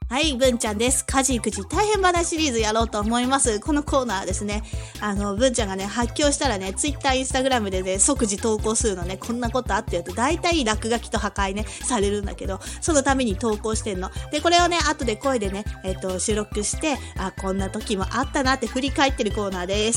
はい、文ちゃんです。家事育児大変話シリーズやろうと思います。このコーナーはですね、文ちゃんがね、発狂したらね、Twitter、Instagram でね、即時投稿するのね、こんなことあってよって、大体落書きと破壊ね、されるんだけど、そのために投稿してんの。で、これをね、後で声でね、収録して、こんな時もあったなって振り返ってるコーナーです。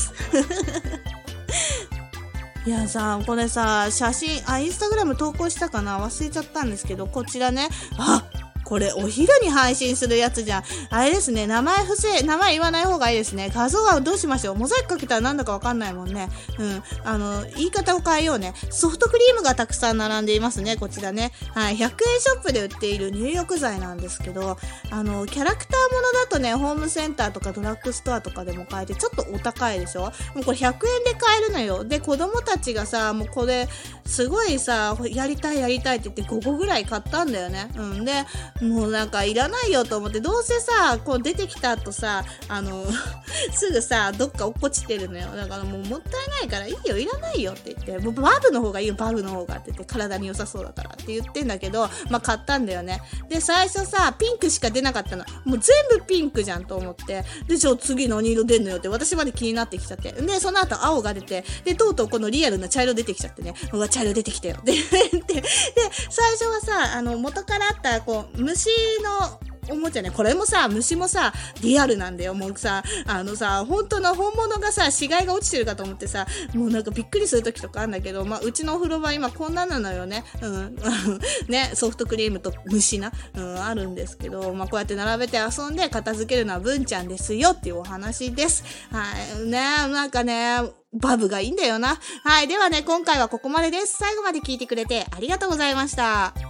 いやさ、これさ、写真、インスタグラム投稿したかな忘れちゃったんですけど、こちらね、これお昼に配信するやつじゃん。あれですね、名前言わない方がいいですね。画像はどうしましょう。モザイクかけたらなんだかわかんないもんね。言い方を変えようね。ソフトクリームがたくさん並んでいますね、こちらね。はい、100円ショップで売っている入浴剤なんですけど、キャラクターものだとね、ホームセンターとかドラッグストアとかでも買えて、ちょっとお高いでしょ。もうこれ100円で買えるのよ。で、子供たちがさ、もうこれ、すごいさ、やりたいって言って5個ぐらい買ったんだよね。で、もうなんかいらないよと思って、どうせさ、こう出てきた後さ、すぐさ、どっか落っこちてるのよ。だからもうもったいないからいいよ、いらないよって言って、もうバブの方がいいよ、バブの方がって言って、体に良さそうだからって言ってんだけど、買ったんだよね。で、最初さ、ピンクしか出なかったの。もう全部ピンクじゃんと思って。で、次何色出んのよって私まで気になってきちゃって。で、その後青が出て、で、とうとうこのリアルな茶色出てきちゃってね。うわ、茶色出てきたよ。で、最初はさ、元からあった、こう、虫のおもちゃね、これもさ、虫もさ、リアルなんだよ。もうさ、本物がさ、死骸が落ちてるかと思ってさ、もうなんかびっくりする時とかあるんだけど、うちのお風呂場今こんななのよね。ね、ソフトクリームと虫な、あるんですけど、こうやって並べて遊んで片付けるのは文ちゃんですよっていうお話です。はい、ね、なんかね、バブがいいんだよな。はい、ではね、今回はここまでです。最後まで聞いてくれてありがとうございました。